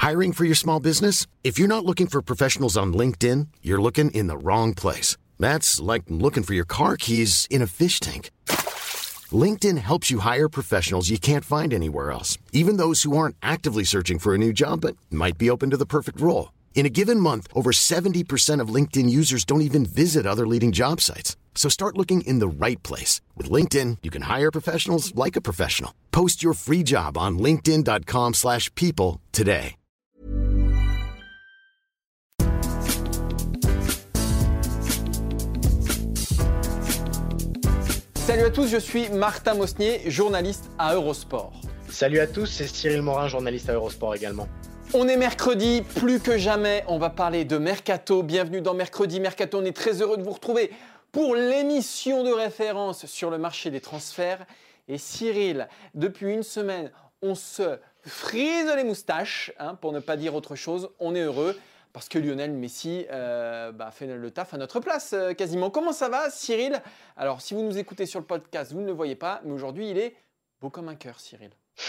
Hiring for your small business? If you're not looking for professionals on LinkedIn, you're looking in the wrong place. That's like looking for your car keys in a fish tank. LinkedIn helps you hire professionals you can't find anywhere else, even those who aren't actively searching for a new job but might be open to the perfect role. In a given month, over 70% of LinkedIn users don't even visit other leading job sites. So start looking in the right place. With LinkedIn, you can hire professionals like a professional. Post your free job on linkedin.com/people today. Salut à tous, je suis Martin Mosnier, journaliste à Eurosport. Salut à tous, c'est Cyril Morin, journaliste à Eurosport également. On est mercredi, plus que jamais, on va parler de Mercato. Bienvenue dans Mercredi Mercato, on est très heureux de vous retrouver pour l'émission de référence sur le marché des transferts. Et Cyril, depuis une semaine, on se frise les moustaches, pour ne pas dire autre chose. On est heureux parce que Lionel Messi fait le taf à notre place quasiment. Comment ça va, Cyril? Alors, si vous nous écoutez sur le podcast, vous ne le voyez pas, mais aujourd'hui, il est beau comme un cœur, Cyril.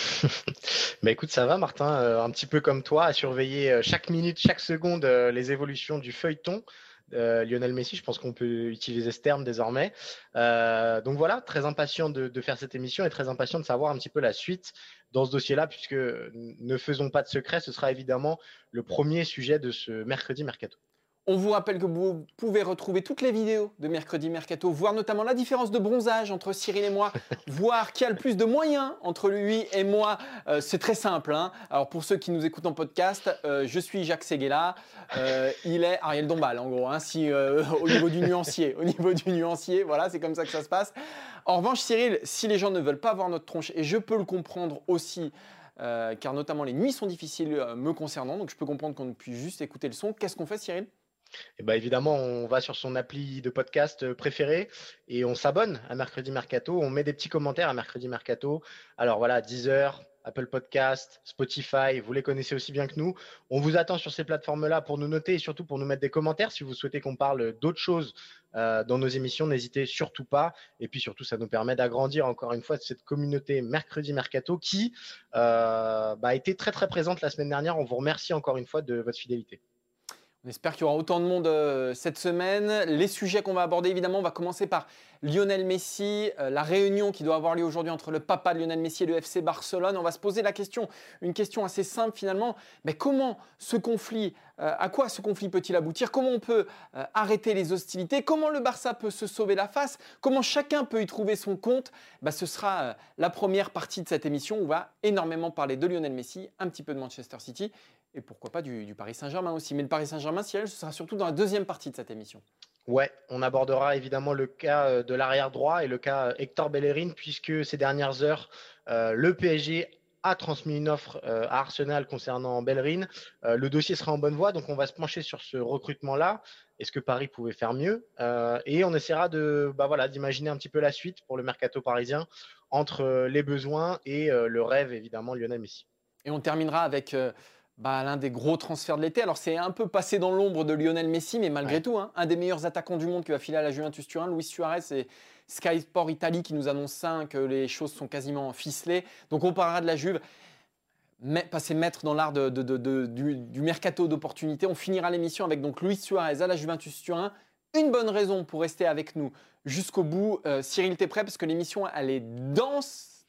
Écoute, ça va Martin, un petit peu comme toi, à surveiller chaque minute, chaque seconde les évolutions du feuilleton. Lionel Messi, je pense qu'on peut utiliser ce terme désormais. Donc voilà, très impatient de faire cette émission et très impatient de savoir un petit peu la suite dans ce dossier-là, puisque ne faisons pas de secret, ce sera évidemment le premier sujet de ce mercredi Mercato. On vous rappelle que vous pouvez retrouver toutes les vidéos de Mercredi Mercato, voir notamment la différence de bronzage entre Cyril et moi, voir qui a le plus de moyens entre lui et moi. C'est très simple. Alors pour ceux qui nous écoutent en podcast, je suis Jacques Séguéla, il est Ariel Dombal en gros, au niveau du nuancier. Au niveau du nuancier, voilà, c'est comme ça que ça se passe. En revanche, Cyril, si les gens ne veulent pas voir notre tronche, et je peux le comprendre aussi, car notamment les nuits sont difficiles me concernant, donc je peux comprendre qu'on ne puisse juste écouter le son. Qu'est-ce qu'on fait, Cyril ? Et évidemment, on va sur son appli de podcast préféré et on s'abonne à Mercredi Mercato. On met des petits commentaires à Mercredi Mercato. Alors voilà, Deezer, Apple Podcast, Spotify, vous les connaissez aussi bien que nous. On vous attend sur ces plateformes-là pour nous noter et surtout pour nous mettre des commentaires. Si vous souhaitez qu'on parle d'autres choses dans nos émissions, n'hésitez surtout pas. Et puis surtout, ça nous permet d'agrandir encore une fois cette communauté Mercredi Mercato qui a été très très présente la semaine dernière. On vous remercie encore une fois de votre fidélité. On espère qu'il y aura autant de monde cette semaine. Les sujets qu'on va aborder, évidemment, on va commencer par Lionel Messi, la réunion qui doit avoir lieu aujourd'hui entre le papa de Lionel Messi et le FC Barcelone. On va se poser une question assez simple finalement. Mais comment ce conflit, à quoi ce conflit peut-il aboutir? Comment on peut arrêter les hostilités? Comment le Barça peut se sauver la face? Comment chacun peut y trouver son compte? Ce sera la première partie de cette émission où on va énormément parler de Lionel Messi, un petit peu de Manchester City. Et pourquoi pas du Paris Saint-Germain aussi. Mais le Paris Saint-Germain, Cyril, ce sera surtout dans la deuxième partie de cette émission. Ouais, on abordera évidemment le cas de l'arrière droit et le cas Hector Bellerin, puisque ces dernières heures, le PSG a transmis une offre à Arsenal concernant Bellerin. Le dossier sera en bonne voie, donc on va se pencher sur ce recrutement-là. Est-ce que Paris pouvait faire mieux? Et on essaiera d'imaginer un petit peu la suite pour le mercato parisien entre les besoins et le rêve, évidemment, Lionel Messi. Et on terminera avec l'un des gros transferts de l'été. Alors, c'est un peu passé dans l'ombre de Lionel Messi, mais malgré tout, un des meilleurs attaquants du monde qui va filer à la Juventus Turin, Luis Suarez, et Sky Sport Italie qui nous annonce ça, que les choses sont quasiment ficelées. Donc, on parlera de la Juve. Passer maître dans l'art du mercato d'opportunités. On finira l'émission avec donc Luis Suarez à la Juventus Turin. Une bonne raison pour rester avec nous jusqu'au bout. Cyril, t'es prêt? Parce que l'émission, elle est dense.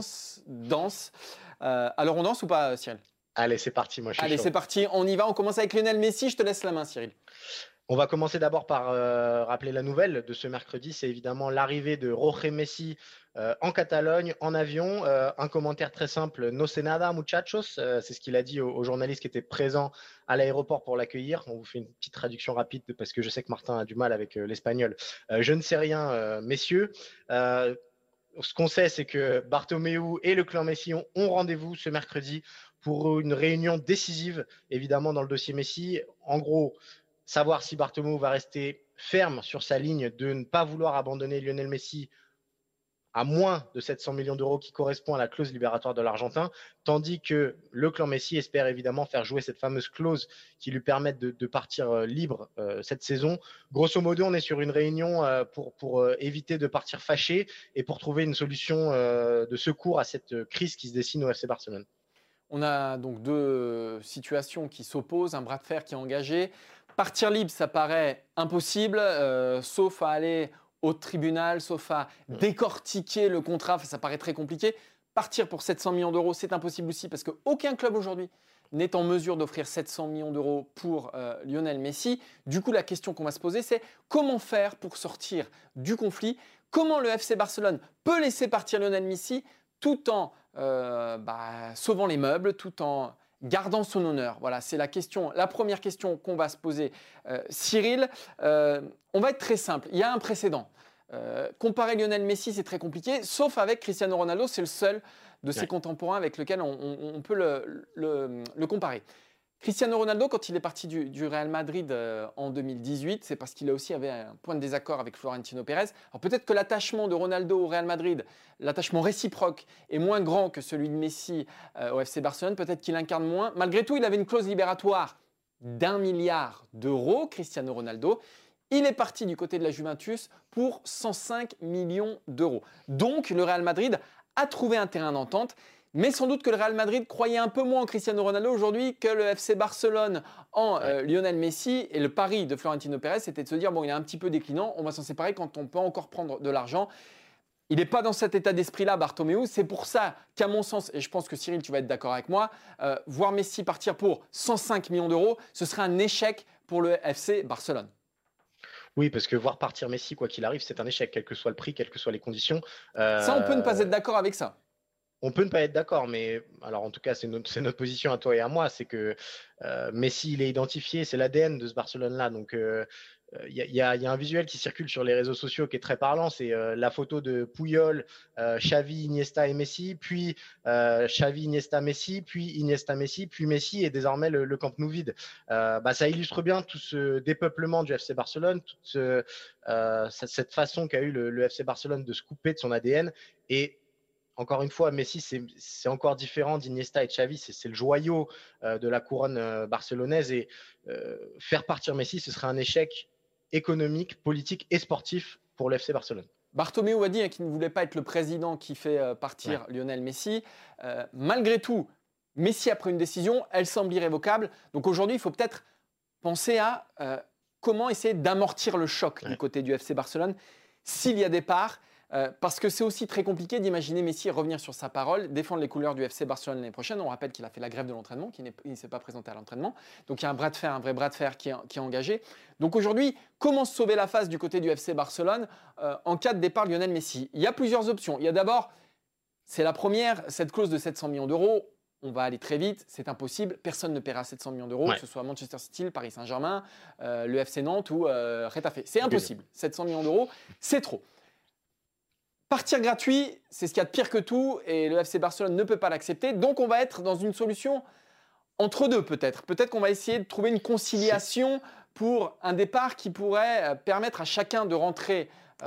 Alors, on danse ou pas, Cyril? Allez, c'est parti, moi je suis chaud. Allez, c'est parti, on y va, on commence avec Lionel Messi, je te laisse la main, Cyril. On va commencer d'abord par rappeler la nouvelle de ce mercredi, c'est évidemment l'arrivée de Jorge Messi en Catalogne, en avion. Un commentaire très simple, no sé nada muchachos, c'est ce qu'il a dit aux journalistes qui étaient présents à l'aéroport pour l'accueillir. On vous fait une petite traduction rapide parce que je sais que Martin a du mal avec l'espagnol. Je ne sais rien, messieurs. Ce qu'on sait, c'est que Bartomeu et le clan Messi ont rendez-vous ce mercredi pour une réunion décisive, évidemment, dans le dossier Messi. En gros, savoir si Bartomeu va rester ferme sur sa ligne de ne pas vouloir abandonner Lionel Messi à moins de 700 millions d'euros qui correspond à la clause libératoire de l'Argentin, tandis que le clan Messi espère évidemment faire jouer cette fameuse clause qui lui permette de partir libre cette saison. Grosso modo, on est sur une réunion pour éviter de partir fâché et pour trouver une solution de secours à cette crise qui se dessine au FC Barcelone. On a donc deux situations qui s'opposent, un bras de fer qui est engagé. Partir libre, ça paraît impossible, sauf à aller au tribunal, sauf à décortiquer le contrat, ça paraît très compliqué. Partir pour 700 millions d'euros, c'est impossible aussi parce qu'aucun club aujourd'hui n'est en mesure d'offrir 700 millions d'euros pour Lionel Messi. Du coup, la question qu'on va se poser, c'est comment faire pour sortir du conflit? Comment le FC Barcelone peut laisser partir Lionel Messi tout en sauvant les meubles, tout en gardant son honneur? Voilà, c'est la première question qu'on va se poser. Cyril, on va être très simple. Il y a un précédent. Comparer Lionel Messi, c'est très compliqué, sauf avec Cristiano Ronaldo, c'est le seul de ses contemporains avec lequel on peut le comparer. Cristiano Ronaldo, quand il est parti du Real Madrid en 2018, c'est parce qu'il a aussi avait un point de désaccord avec Florentino Pérez. Alors peut-être que l'attachement de Ronaldo au Real Madrid, l'attachement réciproque, est moins grand que celui de Messi au FC Barcelone. Peut-être qu'il incarne moins. Malgré tout, il avait une clause libératoire d'1 milliard d'euros, Cristiano Ronaldo. Il est parti du côté de la Juventus pour 105 millions d'euros. Donc le Real Madrid a trouvé un terrain d'entente. Mais sans doute que le Real Madrid croyait un peu moins en Cristiano Ronaldo aujourd'hui que le FC Barcelone en Lionel Messi. Et le pari de Florentino Pérez, c'était de se dire, bon, il est un petit peu déclinant, on va s'en séparer quand on peut encore prendre de l'argent. Il n'est pas dans cet état d'esprit-là, Bartomeu. C'est pour ça qu'à mon sens, et je pense que Cyril, tu vas être d'accord avec moi, voir Messi partir pour 105 millions d'euros, ce serait un échec pour le FC Barcelone. Oui, parce que voir partir Messi, quoi qu'il arrive, c'est un échec, quel que soit le prix, quelles que soient les conditions. Ça, on peut ne pas être d'accord avec ça. On peut ne pas être d'accord, mais alors en tout cas, c'est notre position à toi et à moi, c'est que Messi, il est identifié, c'est l'ADN de ce Barcelone-là. Donc, il y a un visuel qui circule sur les réseaux sociaux qui est très parlant, c'est la photo de Puyol, Xavi, Iniesta et Messi, puis Xavi, Iniesta, Messi, puis Iniesta, Messi, puis Messi et désormais le Camp Nou vide. Ça illustre bien tout ce dépeuplement du FC Barcelone, toute cette façon qu'a eu le FC Barcelone de se couper de son ADN. Et encore une fois, Messi, c'est encore différent d'Iniesta et Xavi. C'est le joyau de la couronne barcelonaise. Et faire partir Messi, ce serait un échec économique, politique et sportif pour le FC Barcelone. Bartomeu a dit qu'il ne voulait pas être le président qui fait partir Lionel Messi. Malgré tout, Messi a pris une décision. Elle semble irrévocable. Donc aujourd'hui, il faut peut-être penser à comment essayer d'amortir le choc du côté du FC Barcelone s'il y a des parts. Parce que c'est aussi très compliqué d'imaginer Messi revenir sur sa parole, défendre les couleurs du FC Barcelone l'année prochaine. On rappelle qu'il a fait la grève de l'entraînement, qu'il ne s'est pas présenté à l'entraînement. Donc il y a un vrai bras de fer qui est engagé. Donc aujourd'hui, comment sauver la face du côté du FC Barcelone en cas de départ de Lionel Messi? Il y a plusieurs options. Il y a d'abord, c'est la première, cette clause de 700 millions d'euros. On va aller très vite, c'est impossible. Personne ne paiera 700 millions d'euros, que ce soit Manchester City, le Paris Saint-Germain, le FC Nantes ou Retafe. C'est impossible. 700 millions d'euros, c'est trop. Partir gratuit, c'est ce qu'il y a de pire que tout et le FC Barcelone ne peut pas l'accepter. Donc, on va être dans une solution entre deux peut-être. Peut-être qu'on va essayer de trouver une conciliation pour un départ qui pourrait permettre à chacun de rentrer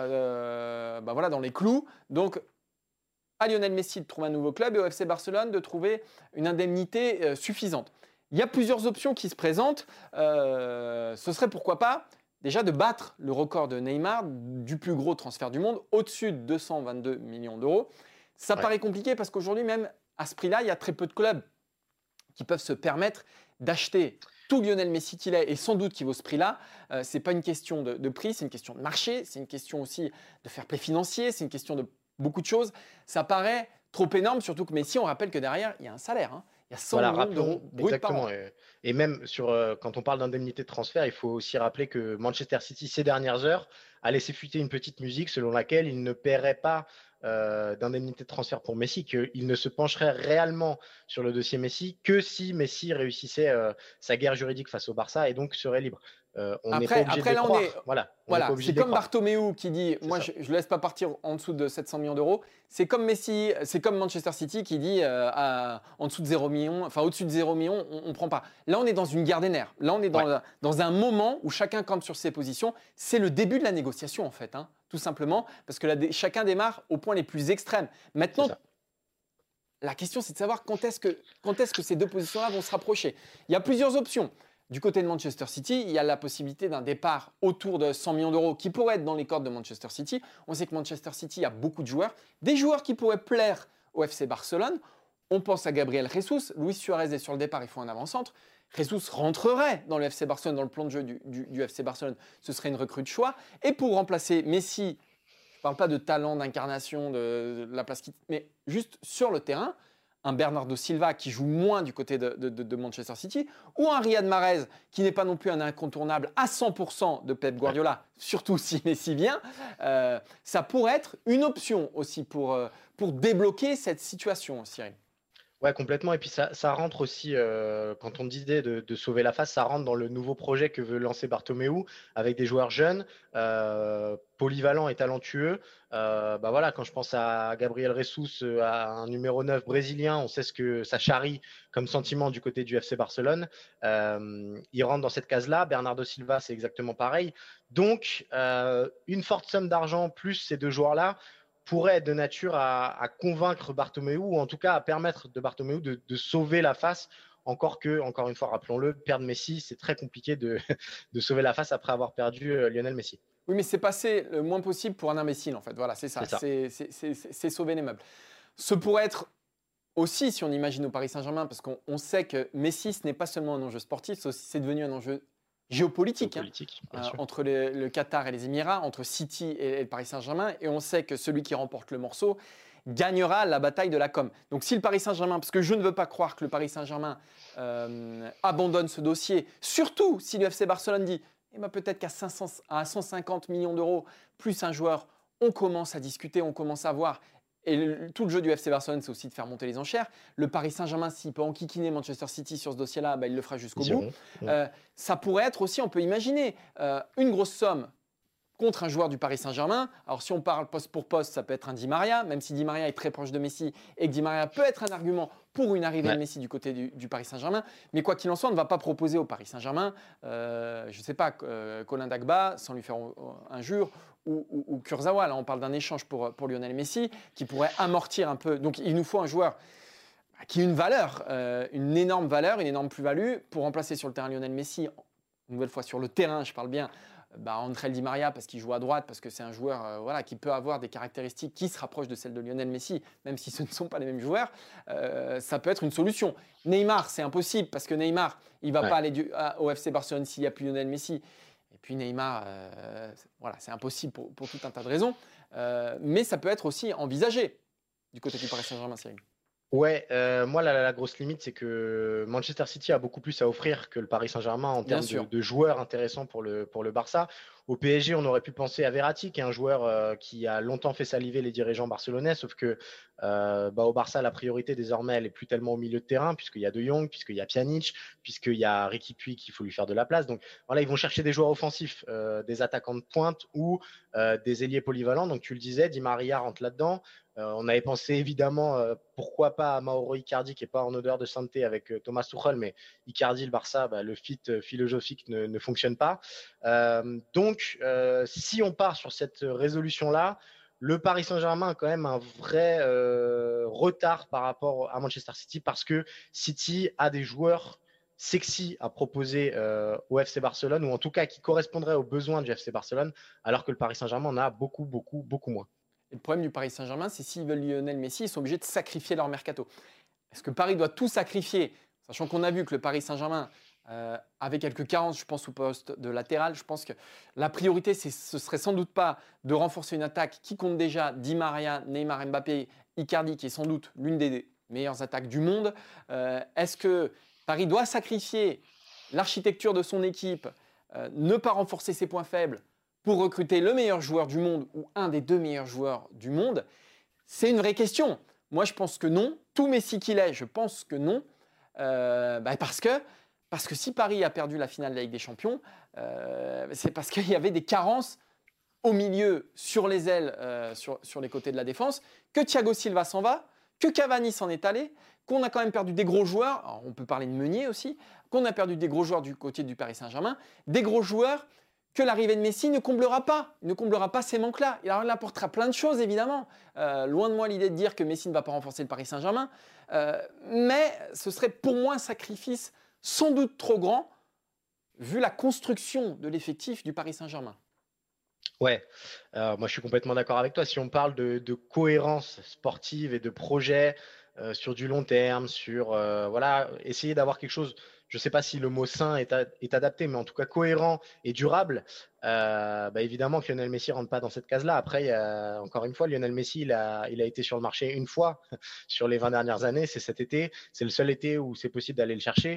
dans les clous. Donc, à Lionel Messi de trouver un nouveau club et au FC Barcelone de trouver une indemnité suffisante. Il y a plusieurs options qui se présentent. Ce serait pourquoi pas déjà de battre le record de Neymar du plus gros transfert du monde, au-dessus de 222 millions d'euros. Ça paraît compliqué parce qu'aujourd'hui, même à ce prix-là, il y a très peu de clubs qui peuvent se permettre d'acheter tout Lionel Messi qu'il est et sans doute qui vaut ce prix-là. Ce n'est pas une question de prix, c'est une question de marché, c'est une question aussi de fair play financier, c'est une question de beaucoup de choses. Ça paraît trop énorme, surtout que Messi, on rappelle que derrière, il y a un salaire. Il y a 100 millions d'euros brut par an. Et même quand on parle d'indemnité de transfert, il faut aussi rappeler que Manchester City, ces dernières heures, a laissé fuiter une petite musique selon laquelle il ne paierait pas d'indemnité de transfert pour Messi, qu'il ne se pencherait réellement sur le dossier Messi que si Messi réussissait sa guerre juridique face au Barça et donc serait libre. On n'est pas obligé de croire. Voilà, c'est comme Bartomeu qui dit moi je ne laisse pas partir en dessous de 700 millions d'euros. C'est comme Messi, c'est comme Manchester City qui dit en dessous de 0 million, enfin au-dessus de 0 million, on ne prend pas. Là, on est dans une guerre des nerfs. Là, on est dans un moment où chacun campe sur ses positions. C'est le début de la négociation en fait, tout simplement, parce que chacun démarre au point les plus extrêmes. Maintenant, la question c'est de savoir quand est-ce que ces deux positions-là vont se rapprocher. Il y a plusieurs options. Du côté de Manchester City, il y a la possibilité d'un départ autour de 100 millions d'euros qui pourrait être dans les cordes de Manchester City. On sait que Manchester City a beaucoup de joueurs, des joueurs qui pourraient plaire au FC Barcelone. On pense à Gabriel Jesus. Luis Suarez est sur le départ, il faut un avant-centre. Jesus rentrerait dans le FC Barcelone, dans le plan de jeu du FC Barcelone. Ce serait une recrue de choix. Et pour remplacer Messi, je ne parle pas de talent, d'incarnation, de la place mais juste sur le terrain, un Bernardo Silva qui joue moins du côté de Manchester City, ou un Riyad Mahrez qui n'est pas non plus un incontournable à 100% de Pep Guardiola, surtout si Messi vient, ça pourrait être une option aussi pour débloquer cette situation, Cyril. Ouais, complètement. Et puis ça rentre aussi, quand on disait de sauver la face, ça rentre dans le nouveau projet que veut lancer Bartomeu avec des joueurs jeunes, polyvalents et talentueux. Bah voilà, quand je pense à Gabriel Jesus, à un numéro 9 brésilien, on sait ce que ça charrie comme sentiment du côté du FC Barcelone. Il rentre dans cette case-là. Bernardo Silva, c'est exactement pareil. Donc, une forte somme d'argent plus ces deux joueurs-là pourrait être de nature à convaincre Bartomeu, ou en tout cas à permettre de Bartomeu de sauver la face. Encore une fois, rappelons-le, perdre Messi, c'est très compliqué de sauver la face après avoir perdu Lionel Messi. Oui, mais c'est passé le moins possible pour un imbécile, en fait. Voilà, c'est ça. C'est sauver les meubles. Ce pourrait être aussi, si on imagine au Paris Saint-Germain, parce qu'on sait que Messi, ce n'est pas seulement un enjeu sportif, c'est devenu un enjeu géopolitique entre le Qatar et les Émirats, entre City et le Paris Saint-Germain. Et on sait que celui qui remporte le morceau gagnera la bataille de la com. Donc si le Paris Saint-Germain, parce que je ne veux pas croire que le Paris Saint-Germain abandonne ce dossier, surtout si le FC Barcelone dit peut-être qu'à 150 millions d'euros, plus un joueur, on commence à discuter, on commence à voir. Et tout le jeu du FC Barcelone, c'est aussi de faire monter les enchères. Le Paris Saint-Germain, s'il peut enquiquiner Manchester City sur ce dossier-là, il le fera jusqu'au bout. Ça pourrait être aussi, on peut imaginer, une grosse somme contre un joueur du Paris Saint-Germain. Alors si on parle poste pour poste, ça peut être un Di Maria, même si Di Maria est très proche de Messi et que Di Maria peut être un argument pour une arrivée de Messi du côté du Paris Saint-Germain. Mais quoi qu'il en soit, on ne va pas proposer au Paris Saint-Germain, je ne sais pas, Colin Dagba, sans lui faire injure, ou Kurzawa. Là, on parle d'un échange pour Lionel Messi qui pourrait amortir un peu. Donc il nous faut un joueur qui a une valeur, une énorme valeur, une énorme plus-value pour remplacer sur le terrain Lionel Messi, une nouvelle fois sur le terrain, je parle bien, André Di Maria parce qu'il joue à droite, parce que c'est un joueur qui peut avoir des caractéristiques qui se rapprochent de celles de Lionel Messi, même si ce ne sont pas les mêmes joueurs, ça peut être une solution. Neymar, c'est impossible parce que Neymar, il ne va pas aller au FC Barcelone s'il n'y a plus Lionel Messi. Et puis Neymar, c'est impossible pour tout un tas de raisons. Mais ça peut être aussi envisagé du côté du Paris Saint-Germain, Cyril. Ouais, moi la grosse limite, c'est que Manchester City a beaucoup plus à offrir que le Paris Saint-Germain en termes de joueurs intéressants pour le Barça. Au PSG, on aurait pu penser à Verratti, qui est un joueur qui a longtemps fait saliver les dirigeants barcelonais, sauf que au Barça, la priorité désormais, elle est plus tellement au milieu de terrain, puisqu'il y a De Jong, puisqu'il y a Pjanic, puisqu'il y a Riqui Puig qu'il faut lui faire de la place. Donc voilà, ils vont chercher des joueurs offensifs, des attaquants de pointe ou des ailiers polyvalents. Donc tu le disais, Di Maria rentre là-dedans. On avait pensé évidemment, pourquoi pas à Mauro Icardi, qui n'est pas en odeur de sainteté avec Thomas Tuchel, mais Icardi, le Barça, le fit philosophique ne fonctionne pas. Donc, si on part sur cette résolution-là, le Paris Saint-Germain a quand même un vrai retard par rapport à Manchester City, parce que City a des joueurs sexy à proposer au FC Barcelone, ou en tout cas qui correspondraient aux besoins du FC Barcelone, alors que le Paris Saint-Germain en a beaucoup, beaucoup, beaucoup moins. Et le problème du Paris Saint-Germain, c'est s'ils veulent Lionel Messi, ils sont obligés de sacrifier leur mercato. Est-ce que Paris doit tout sacrifier, sachant qu'on a vu que le Paris Saint-Germain avait quelques carences, je pense, au poste de latéral. Je pense que la priorité, ce serait sans doute pas de renforcer une attaque qui compte déjà Di Maria, Neymar, Mbappé, Icardi, qui est sans doute l'une des meilleures attaques du monde. Est-ce que Paris doit sacrifier l'architecture de son équipe, ne pas renforcer ses points faibles pour recruter le meilleur joueur du monde ou un des deux meilleurs joueurs du monde? C'est une vraie question. Moi, je pense que non. Tout Messi qu'il est, je pense que non. Parce que si Paris a perdu la finale de la Ligue des Champions, c'est parce qu'il y avait des carences au milieu, sur les ailes, sur les côtés de la défense, que Thiago Silva s'en va, que Cavani s'en est allé, qu'on a quand même perdu des gros joueurs. Alors, on peut parler de Meunier aussi, qu'on a perdu des gros joueurs du côté du Paris Saint-Germain, des gros joueurs que l'arrivée de Messi ne comblera pas ces manques-là. Et alors, il apportera plein de choses, évidemment. Loin de moi l'idée de dire que Messi ne va pas renforcer le Paris Saint-Germain, mais ce serait pour moi un sacrifice sans doute trop grand, vu la construction de l'effectif du Paris Saint-Germain. Ouais, moi je suis complètement d'accord avec toi. Si on parle de cohérence sportive et de projet, sur du long terme, sur voilà, essayer d'avoir quelque chose, je ne sais pas si le mot sain est adapté, mais en tout cas cohérent et durable, évidemment que Lionel Messi ne rentre pas dans cette case-là. Après, encore une fois, Lionel Messi, il a été sur le marché une fois sur les 20 dernières années, c'est cet été. C'est le seul été où c'est possible d'aller le chercher.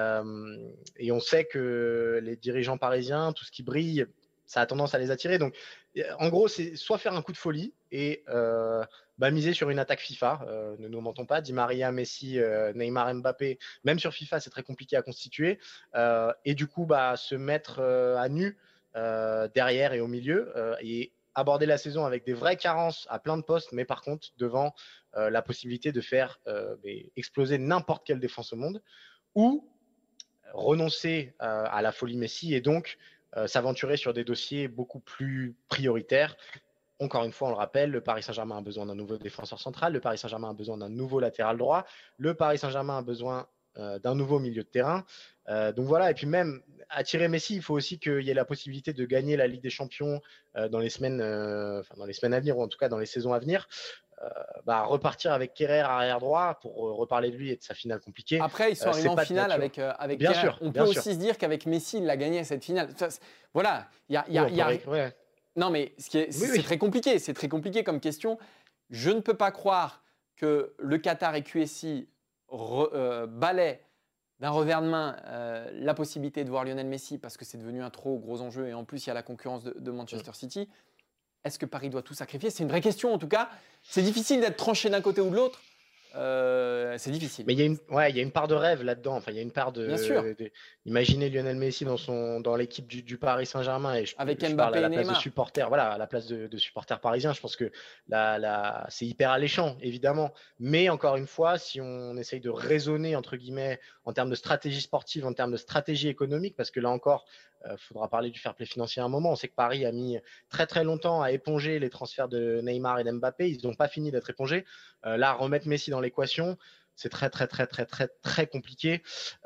Et on sait que les dirigeants parisiens, tout ce qui brille, ça a tendance à les attirer. Donc, en gros, c'est soit faire un coup de folie et miser sur une attaque FIFA. Ne nous mentons pas, Di Maria, Messi, Neymar, Mbappé, même sur FIFA, c'est très compliqué à constituer. Et du coup, se mettre à nu derrière et au milieu et aborder la saison avec des vraies carences à plein de postes, mais par contre, devant la possibilité de faire exploser n'importe quelle défense au monde ou renoncer à la folie Messi et donc s'aventurer sur des dossiers beaucoup plus prioritaires. Encore une fois, on le rappelle, le Paris Saint-Germain a besoin d'un nouveau défenseur central, le Paris Saint-Germain a besoin d'un nouveau latéral droit, le Paris Saint-Germain a besoin d'un nouveau milieu de terrain. Donc voilà, et puis même attirer Messi, il faut aussi qu'il y ait la possibilité de gagner la Ligue des Champions dans les semaines à venir, ou en tout cas dans les saisons à venir. Repartir avec Kerrer arrière droit pour reparler de lui et de sa finale compliquée. Après, ils sont arrivés en finale avec bien Kerrer. sûr, on bien peut sûr. aussi se dire qu'avec Messi, il a gagné cette finale. Voilà, ouais. Non, mais c'est très compliqué. C'est très compliqué comme question. Je ne peux pas croire que le Qatar et QSI balaient d'un revers de main la possibilité de voir Lionel Messi parce que c'est devenu un trop gros enjeu et en plus, il y a la concurrence de Manchester City. Est-ce que Paris doit tout sacrifier? C'est une vraie question en tout cas. C'est difficile d'être tranché d'un côté ou de l'autre. C'est difficile. Mais il y a une part de rêve là-dedans. Enfin, il y a une part de. Bien sûr. Imaginer Lionel Messi dans l'équipe du Paris Saint-Germain et avec je Mbappé parle à la et place Neymar. de supporter. Voilà, à la place de supporter parisien. Je pense que c'est hyper alléchant, évidemment. Mais encore une fois, si on essaye de raisonner entre guillemets en termes de stratégie sportive, en termes de stratégie économique, parce que là encore, faudra parler du fair play financier à un moment. On sait que Paris a mis très très longtemps à éponger les transferts de Neymar et d'Mbappé. Ils n'ont pas fini d'être épongés. Là, remettre Messi dans l'équation, c'est très très très très très très compliqué.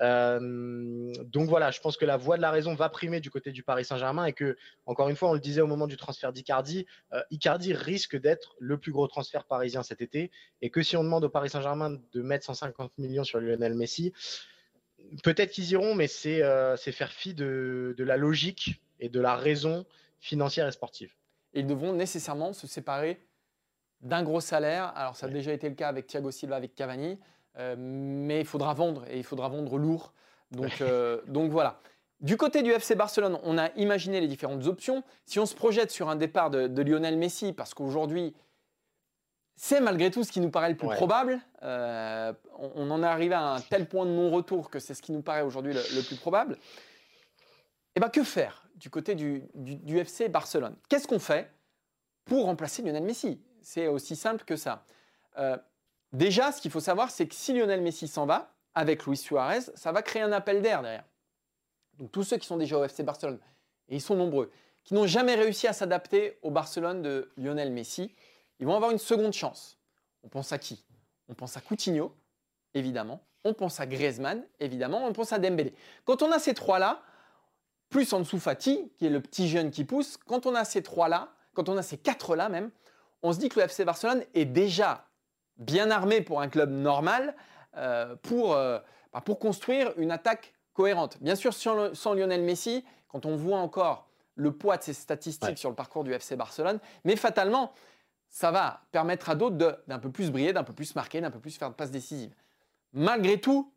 Donc voilà, je pense que la voix de la raison va primer du côté du Paris Saint-Germain et que, encore une fois, on le disait au moment du transfert d'Icardi, Icardi risque d'être le plus gros transfert parisien cet été et que si on demande au Paris Saint-Germain de mettre 150 millions sur Lionel Messi, peut-être qu'ils iront, mais c'est faire fi de la logique et de la raison financière et sportive. Ils devront nécessairement se séparer d'un gros salaire. Alors, ça a déjà été le cas avec Thiago Silva, avec Cavani, mais il faudra vendre, et il faudra vendre lourd. Donc voilà. Du côté du FC Barcelone, on a imaginé les différentes options. Si on se projette sur un départ de Lionel Messi, parce qu'aujourd'hui, c'est malgré tout ce qui nous paraît le plus probable. On en est arrivé à un tel point de non-retour que c'est ce qui nous paraît aujourd'hui le plus probable. Et que faire du côté du FC Barcelone? Qu'est-ce qu'on fait pour remplacer Lionel Messi? C'est aussi simple que ça. Déjà, ce qu'il faut savoir, c'est que si Lionel Messi s'en va, avec Luis Suarez, ça va créer un appel d'air derrière. Donc tous ceux qui sont déjà au FC Barcelone, et ils sont nombreux, qui n'ont jamais réussi à s'adapter au Barcelone de Lionel Messi, ils vont avoir une seconde chance. On pense à qui? On pense à Coutinho, évidemment. On pense à Griezmann, évidemment. On pense à Dembélé. Quand on a ces trois-là, plus Ansu Fati, qui est le petit jeune qui pousse, quand on a ces trois-là, quand on a ces quatre-là même, on se dit que le FC Barcelone est déjà bien armé pour un club normal pour construire une attaque cohérente. Bien sûr, sans Lionel Messi, quand on voit encore le poids de ses statistiques sur le parcours du FC Barcelone, mais fatalement, ça va permettre à d'autres d'un peu plus briller, d'un peu plus marquer, d'un peu plus faire de passes décisives. Malgré tout,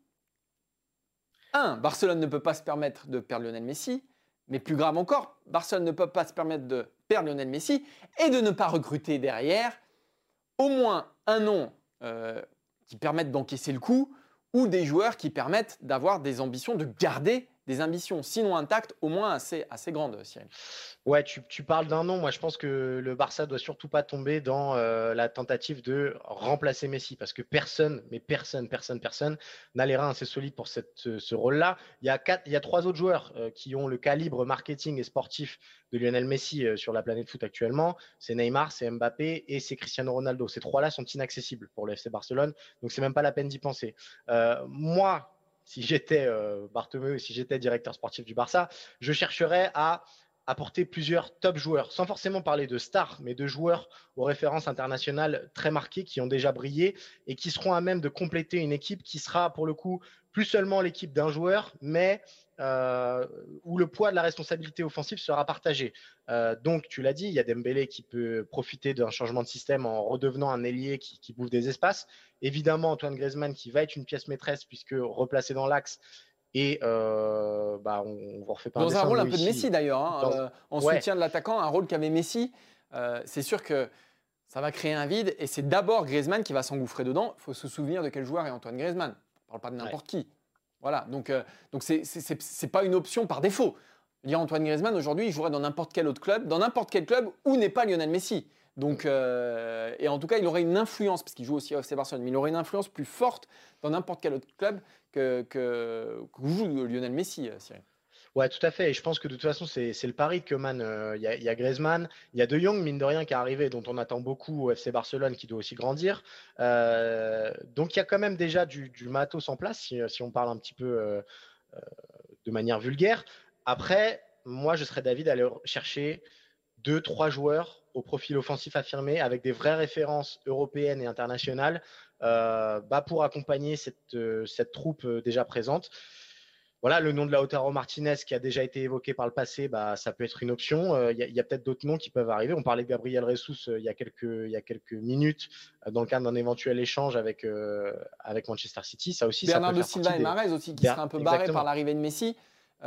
Barcelone ne peut pas se permettre de perdre Lionel Messi, mais plus grave encore, Barcelone ne peut pas se permettre de perdre Lionel Messi et de ne pas recruter derrière au moins un nom qui permette d'encaisser le coup ou des joueurs qui permettent d'avoir des ambitions, de garder des ambitions, sinon intactes, au moins assez grandes, Cyril. Ouais, tu parles d'un nom. Moi, je pense que le Barça doit surtout pas tomber dans la tentative de remplacer Messi parce que personne n'a les reins assez solides pour ce rôle-là. Il y a trois autres joueurs qui ont le calibre marketing et sportif de Lionel Messi sur la planète foot actuellement. C'est Neymar, c'est Mbappé et c'est Cristiano Ronaldo. Ces trois-là sont inaccessibles pour le FC Barcelone, donc c'est même pas la peine d'y penser. Moi, si j'étais Bartomeu, si j'étais directeur sportif du Barça, je chercherais à apporter plusieurs top joueurs, sans forcément parler de stars, mais de joueurs aux références internationales très marquées qui ont déjà brillé et qui seront à même de compléter une équipe qui sera pour le coup plus seulement l'équipe d'un joueur, mais où le poids de la responsabilité offensive sera partagé. Donc, tu l'as dit, il y a Dembélé qui peut profiter d'un changement de système en redevenant un ailier qui bouffe des espaces. Évidemment, Antoine Griezmann qui va être une pièce maîtresse puisque replacé dans l'axe. Et on vous refait pas un Dans un dessin rôle de un nous peu de ici. Messi d'ailleurs, hein, en Ouais. soutien de l'attaquant, un rôle qu'avait Messi. C'est sûr que ça va créer un vide et c'est d'abord Griezmann qui va s'engouffrer dedans. Il faut se souvenir de quel joueur est Antoine Griezmann. On ne parle pas de n'importe qui. Voilà, donc c'est pas une option par défaut. Dire Antoine Griezmann aujourd'hui, il jouerait dans n'importe quel autre club, dans n'importe quel club où n'est pas Lionel Messi. Donc, et en tout cas, il aurait une influence, parce qu'il joue aussi au FC Barcelone, mais il aurait une influence plus forte dans n'importe quel autre club que joue Lionel Messi, Cyril. Ouais, tout à fait. Et je pense que de toute façon, c'est le pari de Koeman. Il y a Griezmann, il y a De Jong, mine de rien, qui est arrivé, dont on attend beaucoup au FC Barcelone, qui doit aussi grandir. Donc, il y a quand même déjà du matos en place, si on parle un petit peu de manière vulgaire. Après, moi, je serais d'avis d'aller chercher 2-3 joueurs au profil offensif affirmé, avec des vraies références européennes et internationales, pour accompagner cette troupe déjà présente. Voilà, le nom de Lautaro Martinez qui a déjà été évoqué par le passé, ça peut être une option. Il y a peut-être d'autres noms qui peuvent arriver. On parlait de Gabriel Jesus il y a quelques minutes dans le cadre d'un éventuel échange avec Manchester City. Ça aussi, Bernardo ça peut faire Silva et partie Mahrez aussi, qui seraient un peu barrés Exactement. par l'arrivée de Messi.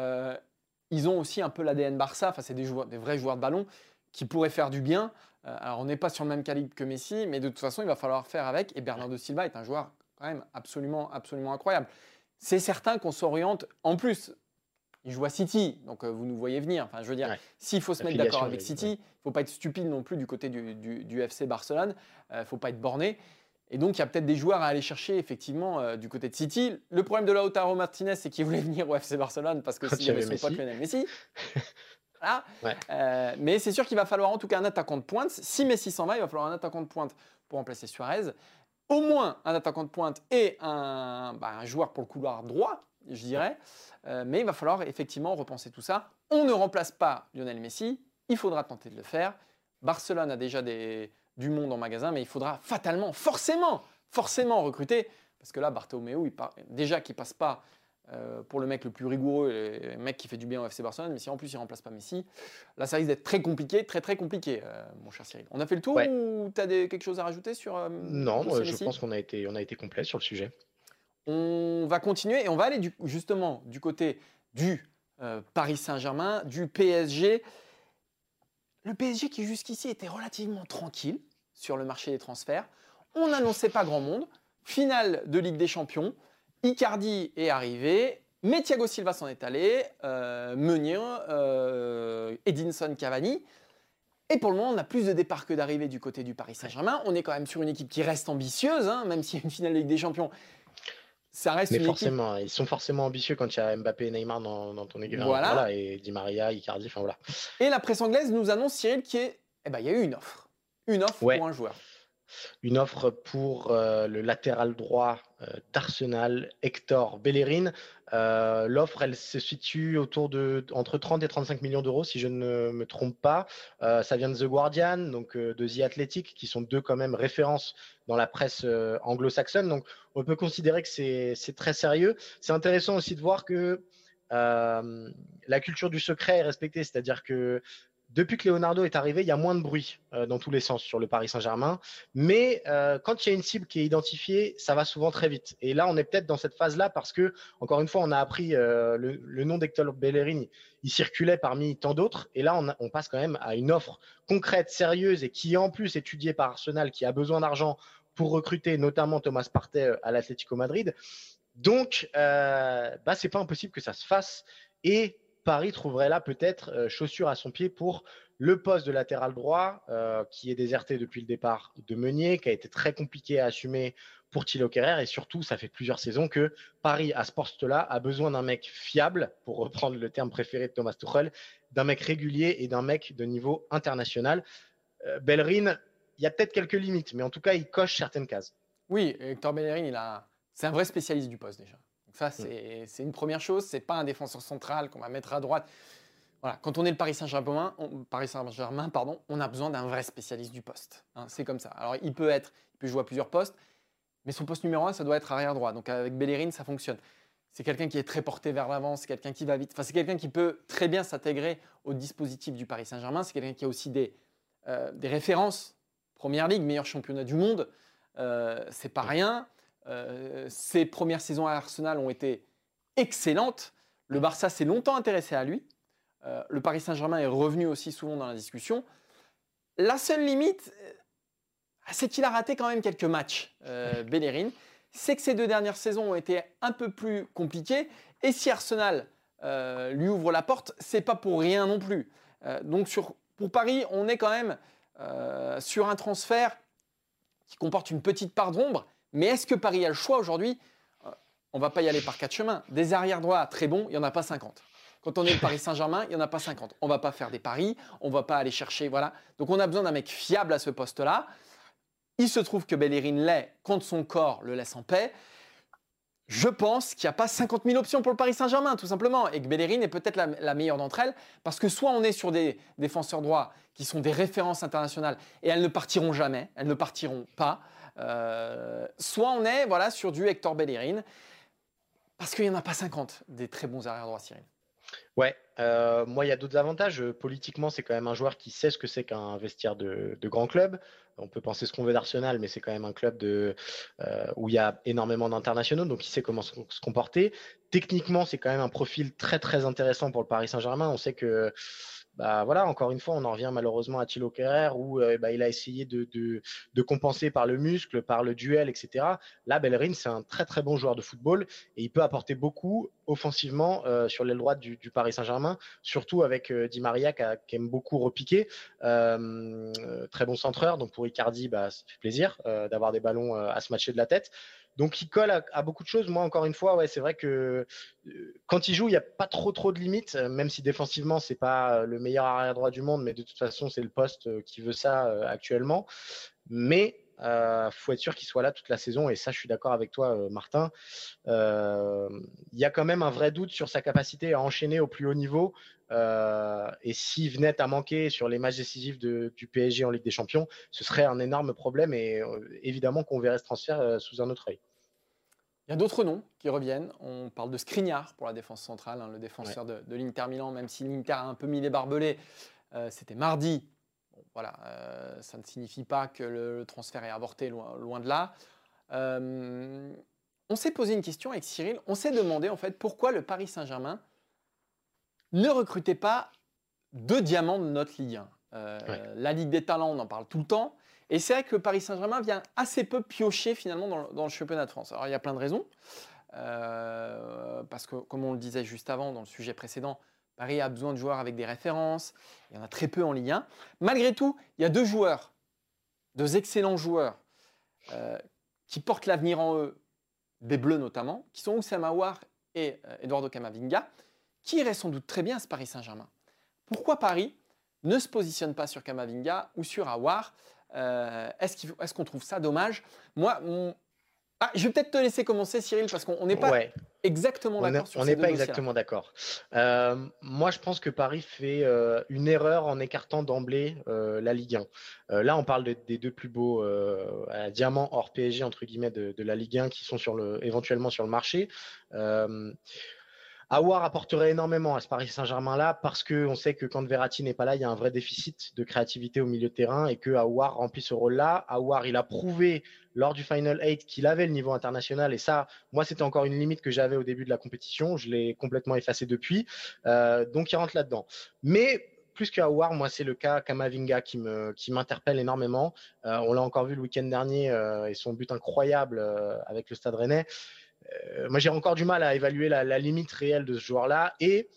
Ils ont aussi un peu l'ADN Barça. Enfin, c'est des vrais joueurs de ballon qui pourraient faire du bien. Alors, on n'est pas sur le même calibre que Messi, mais de toute façon, il va falloir faire avec. Et Bernardo Silva est un joueur quand même absolument, absolument incroyable. C'est certain qu'on s'oriente. En plus, il joue à City, donc vous nous voyez venir. Enfin, je veux dire, s'il faut se mettre d'accord avec City, il ne faut pas être stupide non plus du côté du FC Barcelone. Il ne faut pas être borné. Et donc, il y a peut-être des joueurs à aller chercher, effectivement, du côté de City. Le problème de Lautaro Martinez, c'est qu'il voulait venir au FC Barcelone parce que s'il y avait son pote Lionel Messi. Voilà. Ouais. Mais c'est sûr qu'il va falloir en tout cas un attaquant de pointe. Si Messi s'en va, il va falloir un attaquant de pointe pour remplacer Suarez. Au moins un attaquant de pointe et un joueur pour le couloir droit, je dirais. Mais il va falloir effectivement repenser tout ça. On ne remplace pas Lionel Messi. Il faudra tenter de le faire. Barcelone a déjà du monde en magasin, mais il faudra fatalement, forcément recruter. Parce que là, Bartomeu, déjà qu'il ne passe pas pour le mec le plus rigoureux, le mec qui fait du bien au FC Barcelone, mais si en plus il ne remplace pas Messi, là ça risque d'être très compliqué, très compliqué, mon cher Cyril. On a fait le tour ou tu as quelque chose à rajouter sur Non, je pense qu'on a été complet sur le sujet. On va continuer et on va aller justement du côté du Paris Saint-Germain, du PSG. Le PSG qui jusqu'ici était relativement tranquille sur le marché des transferts. On n'annonçait pas grand monde. Finale de Ligue des Champions. Icardi est arrivé, mais Thiago Silva s'en est allé, Meunier, Edinson Cavani. Et pour le moment, on a plus de départs que d'arrivées du côté du Paris Saint-Germain. On est quand même sur une équipe qui reste ambitieuse, hein, même s'il y a une finale de Ligue des Champions. Ça reste mais une forcément, ils sont forcément ambitieux quand il y a Mbappé et Neymar dans ton équipe. Voilà, et Di Maria, Icardi, enfin voilà. Et la presse anglaise nous annonce, Cyril, il y a eu une offre. Une offre pour un joueur. Une offre pour le latéral droit d'Arsenal, Hector Bellerin. L'offre, elle se situe entre 30 et 35 millions d'euros, si je ne me trompe pas. Ça vient de The Guardian, donc de The Athletic, qui sont deux quand même références dans la presse anglo-saxonne. Donc, on peut considérer que c'est très sérieux. C'est intéressant aussi de voir que la culture du secret est respectée, c'est-à-dire que depuis que Leonardo est arrivé, il y a moins de bruit dans tous les sens sur le Paris Saint-Germain. Mais quand il y a une cible qui est identifiée, ça va souvent très vite. Et là, on est peut-être dans cette phase-là parce que, encore une fois, on a appris le nom d'Hector Bellerin. Il circulait parmi tant d'autres. Et là, on passe quand même à une offre concrète, sérieuse et qui est en plus étudiée par Arsenal, qui a besoin d'argent pour recruter notamment Thomas Partey à l'Atlético Madrid. Donc, c'est pas impossible que ça se fasse. Et Paris trouverait là peut-être chaussure à son pied pour le poste de latéral droit qui est déserté depuis le départ de Meunier, qui a été très compliqué à assumer pour Thilo Kehrer. Et surtout, ça fait plusieurs saisons que Paris, à ce poste-là, a besoin d'un mec fiable, pour reprendre le terme préféré de Thomas Tuchel, d'un mec régulier et d'un mec de niveau international. Bellerin, il y a peut-être quelques limites, mais en tout cas, il coche certaines cases. Oui, Hector Bellerin, c'est un vrai spécialiste du poste déjà. Ça, c'est une première chose. Ce n'est pas un défenseur central qu'on va mettre à droite. Voilà, quand on est le Paris Saint-Germain, on a besoin d'un vrai spécialiste du poste. Hein, c'est comme ça. Alors, il peut jouer à plusieurs postes, mais son poste numéro 1, ça doit être arrière droit. Donc, avec Bellerin, ça fonctionne. C'est quelqu'un qui est très porté vers l'avant, c'est quelqu'un qui va vite. Enfin, c'est quelqu'un qui peut très bien s'intégrer au dispositif du Paris Saint-Germain. C'est quelqu'un qui a aussi des références. Première Ligue, meilleur championnat du monde. C'est pas rien. Ses premières saisons à Arsenal ont été excellentes. Le Barça s'est longtemps intéressé à lui. Le Paris Saint-Germain est revenu aussi souvent dans la discussion. La seule limite, c'est qu'il a raté quand même quelques matchs, Bellerin. C'est que ces 2 dernières saisons ont été un peu plus compliquées. Et si Arsenal lui ouvre la porte, c'est pas pour rien non plus. Donc pour Paris, on est quand même sur un transfert qui comporte une petite part d'ombre. Mais est-ce que Paris a le choix aujourd'hui ? On ne va pas y aller par 4 chemins. Des arrières droits très bons, il n'y en a pas 50. Quand on est le Paris Saint-Germain, il n'y en a pas 50. On ne va pas faire des paris, on ne va pas aller chercher. Voilà. Donc on a besoin d'un mec fiable à ce poste-là. Il se trouve que Bellerin l'est quand son corps le laisse en paix. Je pense qu'il n'y a pas 50 000 options pour le Paris Saint-Germain, tout simplement. Et que Bellerin est peut-être la meilleure d'entre elles. Parce que soit on est sur des défenseurs droits qui sont des références internationales et elles ne partiront jamais, elles ne partiront pas. Soit on est sur du Hector Bellerin. Parce qu'il n'y en a pas 50 des très bons arrière droits, Cyril. Ouais, moi il y a d'autres avantages. Politiquement, c'est quand même un joueur qui sait ce que c'est qu'un vestiaire de grand club. On peut penser ce qu'on veut d'Arsenal, mais c'est quand même un club où il y a énormément d'internationaux, donc il sait comment se comporter. Techniquement, c'est quand même un profil très très intéressant pour le Paris Saint-Germain. On sait que encore une fois, on en revient malheureusement à Thilo Kehrer où il a essayé de compenser par le muscle, par le duel, etc. Là, Bellerin, c'est un très très bon joueur de football et il peut apporter beaucoup offensivement sur l'aile droite du Paris Saint-Germain, surtout avec Di Maria qui aime beaucoup repiquer. Très bon centreur, donc pour Icardi, ça fait plaisir d'avoir des ballons à se matcher de la tête. Donc il colle à beaucoup de choses. Moi, encore une fois, c'est vrai que quand il joue, il n'y a pas trop de limites, même si défensivement, c'est pas le meilleur arrière droit du monde, mais de toute façon, c'est le poste qui veut ça actuellement. Mais faut être sûr qu'il soit là toute la saison, et ça, je suis d'accord avec toi, Martin. Il y a quand même un vrai doute sur sa capacité à enchaîner au plus haut niveau. Et s'il venait à manquer sur les matchs décisifs du PSG en Ligue des Champions, ce serait un énorme problème, et évidemment qu'on verrait ce transfert sous un autre œil. Il y a d'autres noms qui reviennent. On parle de Skriniar pour la défense centrale, le défenseur de l'Inter Milan, même si l'Inter a un peu mis les barbelés. C'était mardi. Bon, ça ne signifie pas que le transfert est avorté, loin de là. On s'est posé une question avec Cyril. On s'est demandé en fait pourquoi le Paris Saint-Germain ne recrutait pas 2 diamants de notre Ligue 1. La Ligue des Talents, on en parle tout le temps. Et c'est vrai que le Paris Saint-Germain vient assez peu piocher finalement dans le championnat de France. Alors il y a plein de raisons. Parce que comme on le disait juste avant dans le sujet précédent, Paris a besoin de joueurs avec des références. Il y en a très peu en Ligue 1. Malgré tout, il y a 2 excellents joueurs qui portent l'avenir en eux, des Bleus notamment, qui sont Houssem Aouar et Eduardo Camavinga, qui iraient sans doute très bien à ce Paris Saint-Germain. Pourquoi Paris ne se positionne pas sur Camavinga ou sur Aouar ? Est-ce qu'on trouve ça dommage ? Moi, je vais peut-être te laisser commencer, Cyril, parce qu'on n'est pas exactement d'accord sur ces 2 dossiers-là. On n'est pas exactement d'accord. Moi, je pense que Paris fait une erreur en écartant d'emblée la Ligue 1. Là, on parle des 2 plus beaux diamants hors PSG, entre guillemets, de la Ligue 1 qui sont éventuellement sur le marché. Aouar apporterait énormément à ce Paris Saint-Germain-là parce qu'on sait que quand Verratti n'est pas là, il y a un vrai déficit de créativité au milieu de terrain et que Aouar remplit ce rôle-là. Aouar, il a prouvé lors du Final 8 qu'il avait le niveau international et ça, moi, c'était encore une limite que j'avais au début de la compétition. Je l'ai complètement effacé depuis. Donc, il rentre là-dedans. Mais plus qu'Aouar, moi, c'est le cas Camavinga qui m'interpelle énormément. On l'a encore vu le week-end dernier et son but incroyable avec le Stade Rennais. Moi, j'ai encore du mal à évaluer la limite réelle de ce joueur-là. Et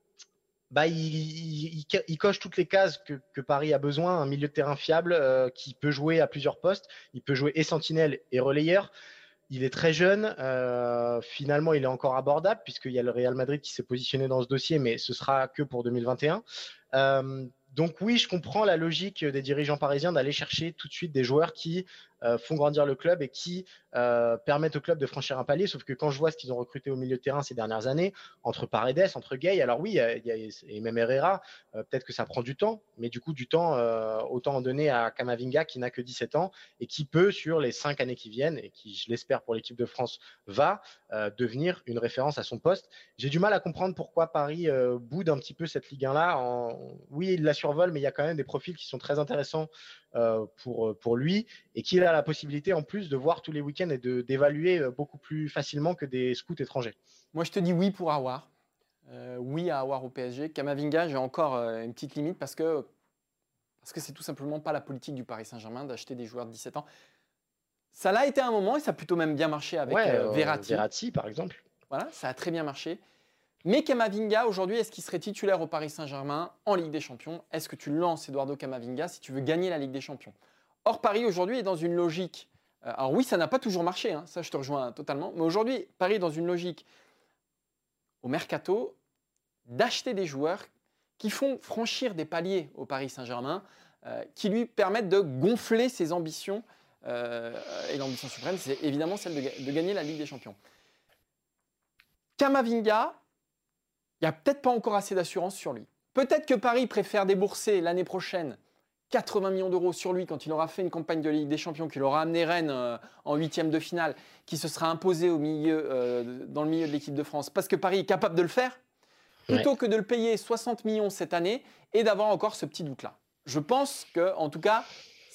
il coche toutes les cases que Paris a besoin. Un milieu de terrain fiable qui peut jouer à plusieurs postes. Il peut jouer et sentinelle et relayeur. Il est très jeune. Finalement, il est encore abordable puisqu'il y a le Real Madrid qui s'est positionné dans ce dossier, mais ce sera que pour 2021. Donc oui, je comprends la logique des dirigeants parisiens d'aller chercher tout de suite des joueurs qui font grandir le club et qui permettent au club de franchir un palier. Sauf que quand je vois ce qu'ils ont recruté au milieu de terrain ces dernières années, entre Paredes, entre Gueye, alors oui, et même Herrera, peut-être que ça prend du temps, mais du coup, du temps, autant en donner à Camavinga qui n'a que 17 ans et qui peut, sur les 5 années qui viennent, et qui, je l'espère pour l'équipe de France, va devenir une référence à son poste. J'ai du mal à comprendre pourquoi Paris boude un petit peu cette Ligue 1-là. Oui, il la survole, mais il y a quand même des profils qui sont très intéressants pour lui et qu'il a la possibilité en plus de voir tous les week-ends et d'évaluer beaucoup plus facilement que des scouts étrangers. Moi, je te dis oui pour Aouar. Oui à Aouar au PSG. Camavinga, j'ai encore une petite limite parce que c'est tout simplement pas la politique du Paris Saint-Germain d'acheter des joueurs de 17 ans. Ça l'a été à un moment et ça a plutôt même bien marché avec Verratti. Verratti, par exemple. Voilà, ça a très bien marché. Mais Camavinga, aujourd'hui, est-ce qu'il serait titulaire au Paris Saint-Germain en Ligue des Champions? Est-ce que tu lances Eduardo Camavinga si tu veux gagner la Ligue des Champions? Or, Paris, aujourd'hui, est dans une logique. Alors oui, ça n'a pas toujours marché, hein, ça je te rejoins totalement. Mais aujourd'hui, Paris est dans une logique au mercato d'acheter des joueurs qui font franchir des paliers au Paris Saint-Germain, qui lui permettent de gonfler ses ambitions. Et l'ambition suprême, c'est évidemment celle de gagner la Ligue des Champions. Camavinga, il n'y a peut-être pas encore assez d'assurance sur lui. Peut-être que Paris préfère débourser l'année prochaine 80 millions d'euros sur lui quand il aura fait une campagne de Ligue des Champions, qu'il aura amené Rennes en huitième de finale, qui se sera imposé dans le milieu de l'équipe de France, parce que Paris est capable de le faire, plutôt que de le payer 60 millions cette année et d'avoir encore ce petit doute-là. Je pense que, en tout cas,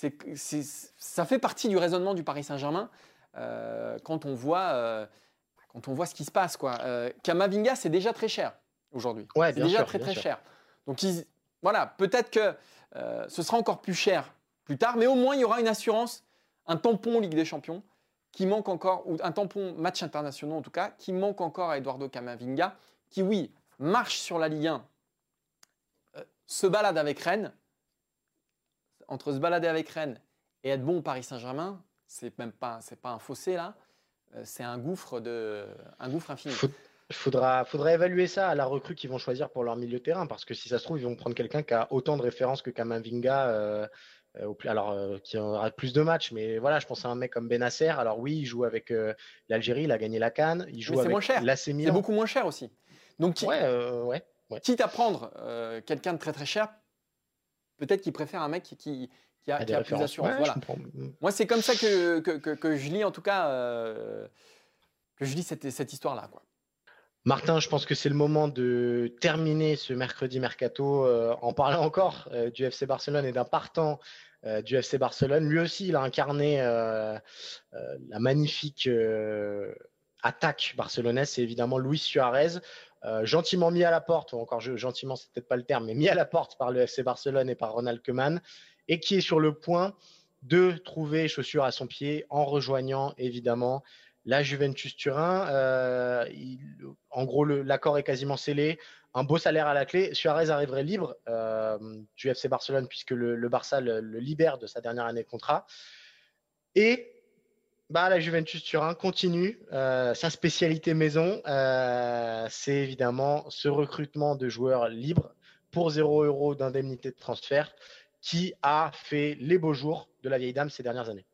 ça fait partie du raisonnement du Paris Saint-Germain quand on voit ce qui se passe, quoi. Camavinga, c'est déjà très cher aujourd'hui. Ouais, c'est déjà très cher. Donc, voilà, peut-être que ce sera encore plus cher plus tard, mais au moins, il y aura une assurance, un tampon Ligue des Champions qui manque encore, ou un tampon match internationaux en tout cas, qui manque encore à Eduardo Camavinga, qui, oui, marche sur la Ligue 1, se balade avec Rennes. Entre se balader avec Rennes et être bon au Paris Saint-Germain, c'est pas un fossé là, c'est un gouffre infini. Faudra évaluer ça à la recrue qu'ils vont choisir pour leur milieu de terrain, parce que si ça se trouve, ils vont prendre quelqu'un qui a autant de références que Camavinga, qui aura plus de matchs. Mais voilà, je pense à un mec comme Benasser. Alors oui, il joue avec l'Algérie, il a gagné la CAN, il joue avec l'AC Milan. C'est beaucoup moins cher aussi. Donc, quitte à prendre quelqu'un de très très cher, peut-être qu'il préfère un mec qui a plus d'assurance. Voilà. Moi, c'est comme ça que je lis, en tout cas, que je lis cette histoire-là, quoi. Martin, je pense que c'est le moment de terminer ce mercredi mercato en parlant encore du FC Barcelone et d'un partant du FC Barcelone. Lui aussi, il a incarné la magnifique attaque barcelonaise. C'est évidemment Luis Suarez, gentiment mis à la porte, ou encore gentiment, c'est peut-être pas le terme, mais mis à la porte par le FC Barcelone et par Ronald Koeman, et qui est sur le point de trouver chaussure à son pied en rejoignant évidemment la Juventus Turin. En gros, l'accord est quasiment scellé. Un beau salaire à la clé. Suarez arriverait libre du FC Barcelone puisque le Barça le libère de sa dernière année de contrat. Et la Juventus Turin continue sa spécialité maison. C'est évidemment ce recrutement de joueurs libres pour 0 € d'indemnité de transfert qui a fait les beaux jours de la vieille dame ces dernières années.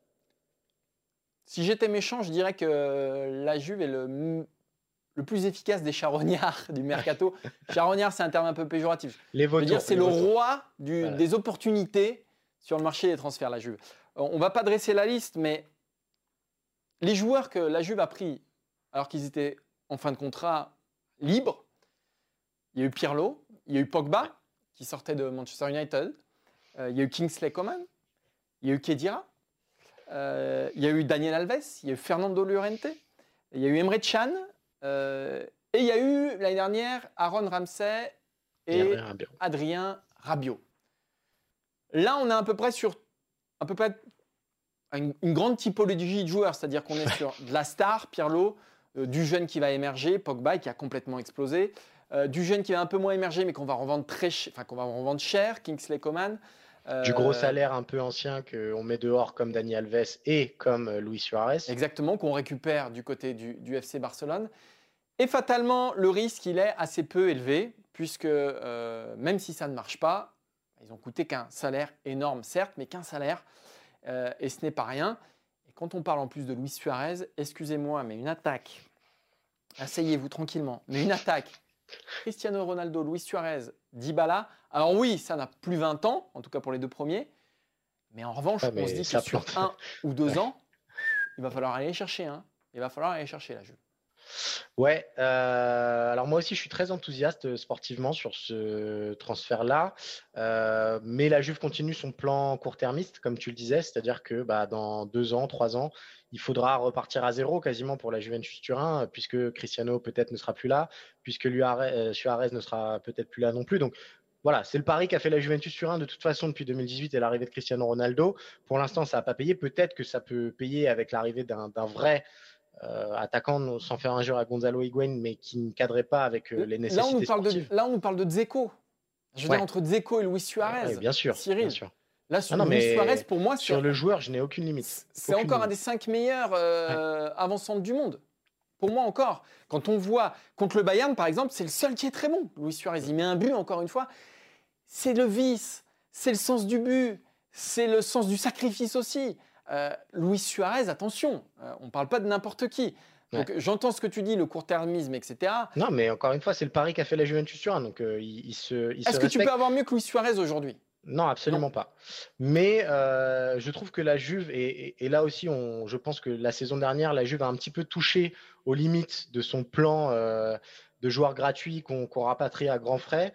Si j'étais méchant, je dirais que la Juve est le plus efficace des charognards du mercato. Charognard, c'est un terme un peu péjoratif. Les vautours. Je veux dire, c'est le roi des opportunités sur le marché des transferts, la Juve. On ne va pas dresser la liste, mais les joueurs que la Juve a pris alors qu'ils étaient en fin de contrat libres, il y a eu Pirlo, il y a eu Pogba, qui sortait de Manchester United, il y a eu Kingsley Coman, il y a eu Khedira, il y a eu Daniel Alves, il y a eu Fernando Llorente, il y a eu Emre Can, et il y a eu l'année dernière Aaron Ramsey et Adrien Rabiot. Là, on est à peu près sur une grande typologie de joueurs, c'est-à-dire qu'on est sur de la star, Pirlo, du jeune qui va émerger, Pogba qui a complètement explosé, du jeune qui va un peu moins émerger mais qu'on va revendre cher, Kingsley Coman. Du gros salaire un peu ancien qu'on met dehors comme Dani Alves et comme Luis Suarez. Exactement, qu'on récupère du côté du FC Barcelone. Et fatalement, le risque, il est assez peu élevé, puisque même si ça ne marche pas, ils n'ont coûté qu'un salaire énorme, certes, mais qu'un salaire, et ce n'est pas rien. quand on parle en plus de Luis Suarez, excusez-moi, mais une attaque, asseyez-vous tranquillement, mais une attaque, Cristiano Ronaldo, Luis Suarez, Dybala, alors oui, ça n'a plus 20 ans, en tout cas pour les deux premiers, mais en revanche, on se dit que sur 1 ou 2 ans, il va falloir aller les chercher. Il va falloir aller chercher la Juve. Ouais, alors moi aussi je suis très enthousiaste sportivement sur ce transfert-là, mais la Juve continue son plan court-termiste, comme tu le disais, c'est-à-dire que dans 2 ans, 3 ans, il faudra repartir à zéro quasiment pour la Juventus Turin, puisque Cristiano peut-être ne sera plus là, puisque Suarez ne sera peut-être plus là non plus. Donc voilà, c'est le pari qu'a fait la Juventus Turin de toute façon depuis 2018 et l'arrivée de Cristiano Ronaldo. Pour l'instant, ça n'a pas payé. Peut-être que ça peut payer avec l'arrivée d'un vrai attaquant, sans faire injure à Gonzalo Higuaín, mais qui ne cadrait pas avec les nécessités sportives. Là, on nous parle de Dzeko. Je veux dire, entre Dzeko et Luis Suarez. Bien sûr, Cyril. Bien sûr. Là, sur Luis Suarez, pour moi, sur le joueur, je n'ai aucune limite. C'est encore un des 5 meilleurs avançantes du monde. Pour moi encore. Quand on voit contre le Bayern, par exemple, c'est le seul qui est très bon. Luis Suarez, il met un but, encore une fois. C'est le vice, c'est le sens du but, c'est le sens du sacrifice aussi. Luis Suarez, attention, on ne parle pas de n'importe qui. Donc j'entends ce que tu dis, le court-termisme, etc. Non, mais encore une fois, c'est le pari qu'a fait la Juventus Turin. Donc Est-ce que tu peux avoir mieux que Luis Suarez aujourd'hui ? Non, absolument pas. Mais je trouve que la Juve, et là aussi, je pense que la saison dernière, la Juve a un petit peu touché aux limites de son plan de joueurs gratuits qu'on rapatrie à grands frais,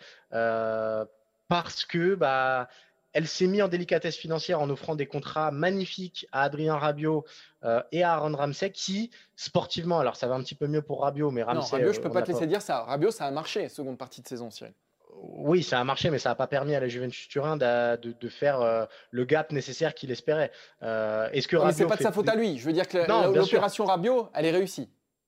parce que elle s'est mise en délicatesse financière en offrant des contrats magnifiques à Adrien Rabiot et à Aaron Ramsey qui, sportivement, alors ça va un petit peu mieux pour Rabiot, mais Ramsey… Non, Rabiot, je ne peux pas te laisser dire ça. Rabiot, ça a marché, seconde partie de saison, Cyril. Oui, ça a marché, mais ça n'a pas permis à la Juventus Turin de faire le gap nécessaire qu'il espérait. Est-ce que mais ce n'est pas de sa faute à lui. Je veux dire que l'opération Rabiot, elle est réussie.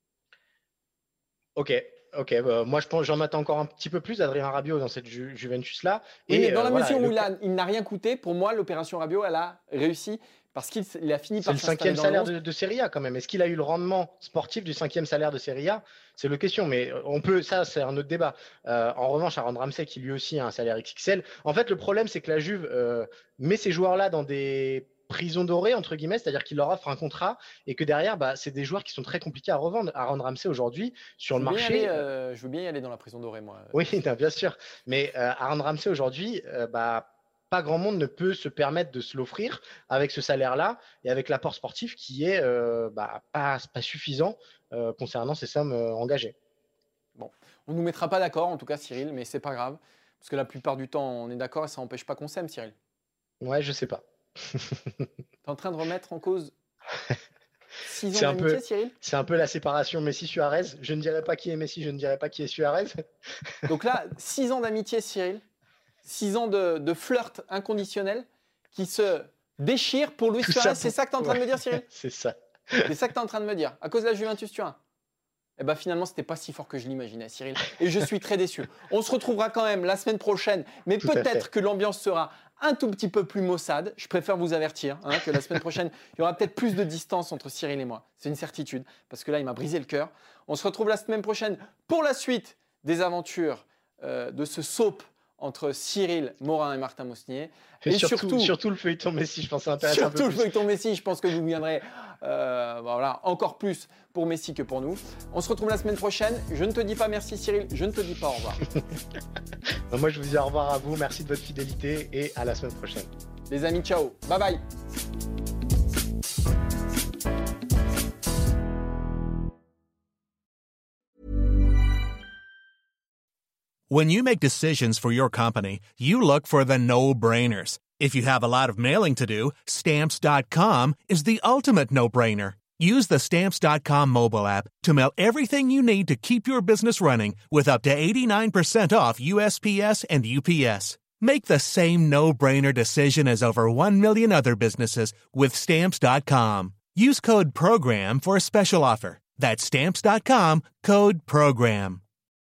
Ok, moi je pense j'en attends encore un petit peu plus d'Adrien Rabiot dans cette Juventus-là. Oui, mais dans la mesure où il n'a rien coûté, pour moi, l'opération Rabiot, elle a réussi parce qu'il a fini par… C'est le 5e salaire de Serie A quand même. Est-ce qu'il a eu le rendement sportif du 5e salaire de Serie A ? C'est la question, mais ça c'est un autre débat. En revanche, Aaron Ramsey qui lui aussi a un salaire XXL. En fait, le problème c'est que la Juve met ces joueurs-là dans des prison dorée entre guillemets, c'est-à-dire qu'il leur offre un contrat et que derrière c'est des joueurs qui sont très compliqués à revendre. Aaron Ramsey aujourd'hui sur le marché, je veux bien y aller dans la prison dorée moi. Oui, bien sûr, mais Aaron Ramsey aujourd'hui, pas grand monde ne peut se permettre de se l'offrir avec ce salaire-là et avec l'apport sportif qui est pas suffisant concernant ces sommes engagées. Bon, on nous mettra pas d'accord en tout cas, Cyril, mais c'est pas grave parce que la plupart du temps on est d'accord et ça n'empêche pas qu'on s'aime, Cyril. Ouais, je sais pas. T'es en train de remettre en cause 6 ans d'amitié, Cyril ? C'est un peu la séparation Messi-Suarez. Je ne dirais pas qui est Messi, je ne dirais pas qui est Suarez. Donc là, 6 ans d'amitié, Cyril. 6 ans de flirt inconditionnel qui se déchire pour Luis Suarez. C'est ça que tu es en train de me dire, Cyril ? C'est ça. C'est ça que tu es en train de me dire. À cause de la Juventus Turin. Finalement, ce n'était pas si fort que je l'imaginais, Cyril. Et je suis très déçu. On se retrouvera quand même la semaine prochaine. Mais peut-être que l'ambiance sera un tout petit peu plus maussade. Je préfère vous avertir que la semaine prochaine, il y aura peut-être plus de distance entre Cyril et moi. C'est une certitude. Parce que là, il m'a brisé le cœur. On se retrouve la semaine prochaine pour la suite des aventures de ce soap entre Cyril Morin et Martin Mosnier. Et surtout le feuilleton Messi, je pense que ça intéresse un peu plus. Surtout le feuilleton Messi, je pense que vous viendrez encore plus pour Messi que pour nous. On se retrouve la semaine prochaine. Je ne te dis pas merci Cyril, je ne te dis pas au revoir. Moi je vous dis au revoir à vous, merci de votre fidélité et à la semaine prochaine. Les amis, ciao, bye bye. When you make decisions for your company, you look for the no-brainers. If you have a lot of mailing to do, Stamps.com is the ultimate no-brainer. Use the Stamps.com mobile app to mail everything you need to keep your business running with up to 89% off USPS and UPS. Make the same no-brainer decision as over 1 million other businesses with Stamps.com. Use code PROGRAM for a special offer. That's Stamps.com, code PROGRAM.